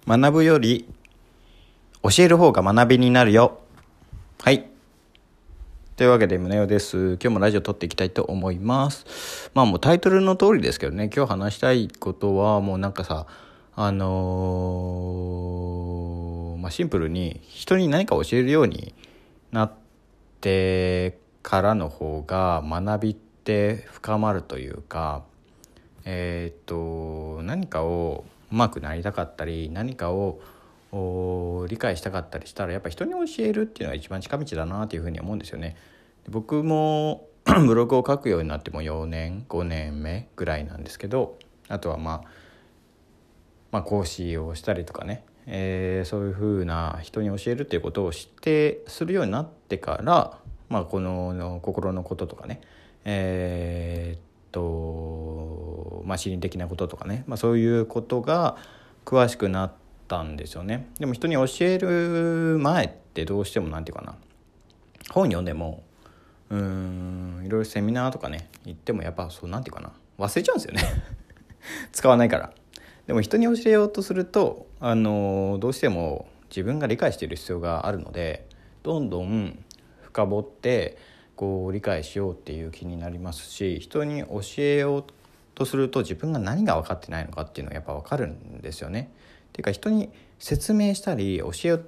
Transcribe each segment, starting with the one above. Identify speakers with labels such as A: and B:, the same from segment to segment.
A: 学ぶより教える方が学びになるよ。はい。というわけで宗男です。今日もラジオ撮っていきたいと思います。もうタイトルの通りですけどね、今日話したいことはもうシンプルに人に何か教えるようになってからの方が学びって深まるというか、何かをうまくなりたかったり、何かを理解したかったりしたらやっぱ人に教えるっていうのが一番近道だなというふうに思うんですよね。で僕もブログを書くようになっても4年5年目ぐらいなんですけど、あとは講師をしたりとかね、そういうふうな人に教えるっていうことをするようになってから、この心のこととかね、心理的なこととかね、そういうことが詳しくなったんですよね。でも人に教える前ってどうしても本読んでもいろいろセミナーとかね行ってもやっぱ忘れちゃうんですよね使わないから。でも人に教えようとするとどうしても自分が理解している必要があるので、どんどん深掘って理解しようっていう気になりますし、人に教えようとすると自分が何が分かってないのかっていうのがやっぱ分かるんですよね。っていうか、人に説明したり教えよ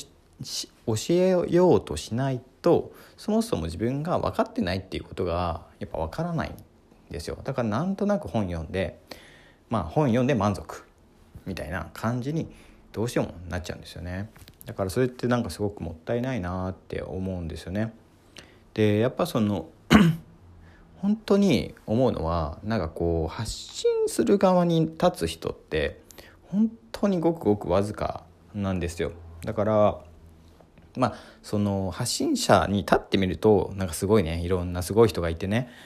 A: うとしないと、そもそも自分が分かってないっていうことがやっぱ分からないんですよ。だからなんとなく本読んで満足みたいな感じにどうしてもなっちゃうんですよね。だからそれってすごくもったいないなって思うんですよね。でやっぱ本当に思うのは発信する側に立つ人って本当にごくごくわずかなんですよ。だからその発信者に立ってみるとすごいね、いろんなすごい人がいてね、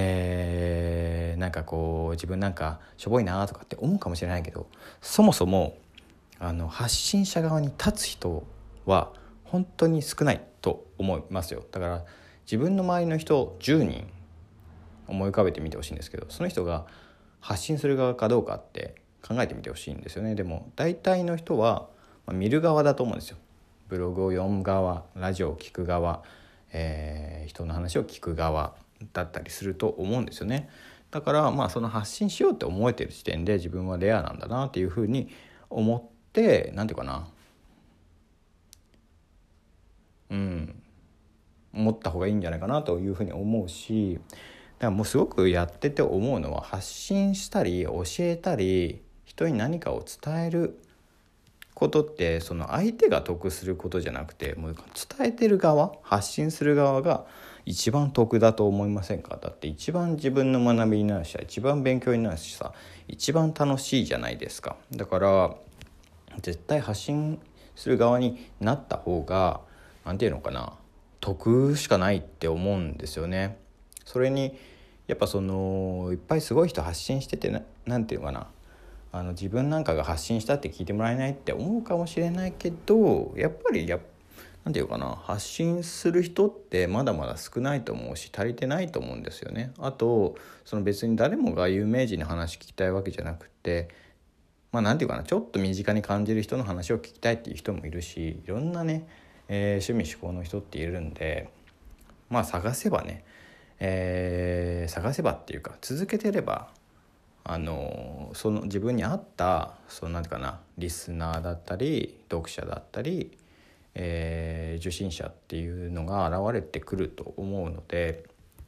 A: 自分しょぼいなとかって思うかもしれないけど、そもそも発信者側に立つ人は本当に少ないと思いますよ。だから自分の周りの人10人思い浮かべてみてほしいんですけど、その人が発信する側かどうかって考えてみてほしいんですよね。でも大体の人は見る側だと思うんですよ。ブログを読む側、ラジオを聞く側、人の話を聞く側だったりすると思うんですよね。だからその発信しようって思えてる時点で自分はレアなんだなっていうふうに思って思った方がいいんじゃないかなというふうに思うし、だからもうすごくやってて思うのは、発信したり教えたり人に何かを伝えることってその相手が得することじゃなくて、もう伝えてる側、発信する側が一番得だと思いませんか？だって一番自分の学びになるし、一番勉強になるしさ、一番楽しいじゃないですか。だから絶対発信する側になった方が得しかないって思うんですよね。それにやっぱいっぱいすごい人発信してて自分が発信したって聞いてもらえないって思うかもしれないけど、やっぱり発信する人ってまだまだ少ないと思うし、足りてないと思うんですよね。あと別に誰もが有名人の話聞きたいわけじゃなくて、ちょっと身近に感じる人の話を聞きたいっていう人もいるし、いろんなね、趣味嗜好の人っているんで、探せばっていうか続けてればその自分に合ったリスナーだったり読者だったり、受信者っていうのが現れてくると思うので、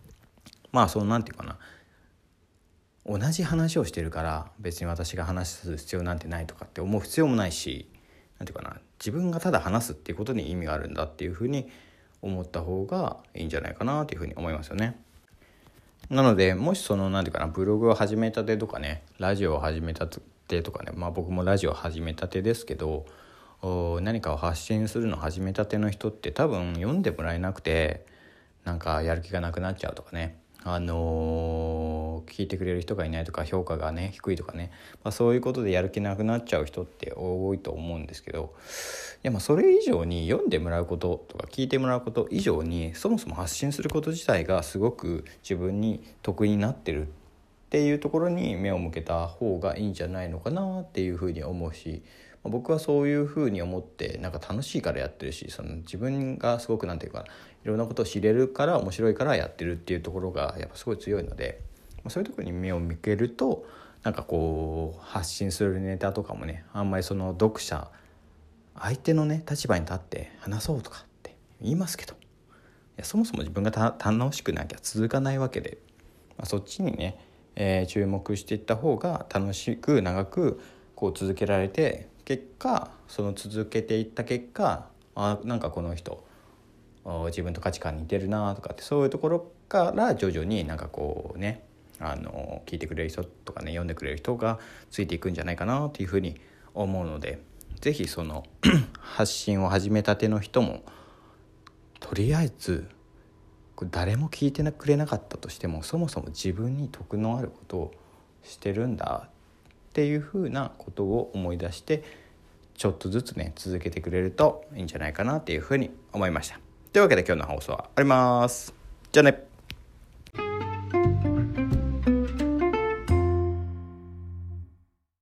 A: 同じ話をしてるから別に私が話す必要なんてないとかって思う必要もないし、自分がただ話すっていうことに意味があるんだっていうふうに思った方がいいんじゃないかなというふうに思いますよね。なのでもしブログを始めたてとかね、ラジオを始めたてとかね、僕もラジオを始めたてですけど、何かを発信するの始めたての人って多分読んでもらえなくてやる気がなくなっちゃうとかね、聞いてくれる人がいないとか評価がね低いとかね、そういうことでやる気なくなっちゃう人って多いと思うんですけど、それ以上に読んでもらうこととか聞いてもらうこと以上に、そもそも発信すること自体がすごく自分に得になってるっていうところに目を向けた方がいいんじゃないのかなっていうふうに思うし、 僕はそういうふうに思ってなんか楽しいからやってるし、その自分がすごくなんていうかいろんなことを知れるから面白いからやってるっていうところがやっぱすごい強いので、そういうところに目を向けるとなんかこう発信するネタとかもね、あんまりその読者相手のね立場に立って話そうとかって言いますけど、いやそもそも自分が楽しくなきゃ続かないわけで、そっちにね、注目していった方が楽しく長くこう続けられて、結果その続けていった結果、なんかこの人自分と価値観似てるなとかって、そういうところから徐々になんかこうね聞いてくれる人とかね読んでくれる人がついていくんじゃないかなっていうふうに思うので、ぜひその発信を始めたての人もとりあえず誰も聞いてくれなかったとしても、そもそも自分に得のあることをしてるんだっていうふうなことを思い出して、ちょっとずつね続けてくれるといいんじゃないかなっていうふうに思いました。というわけで今日の放送は終わります。じゃあね。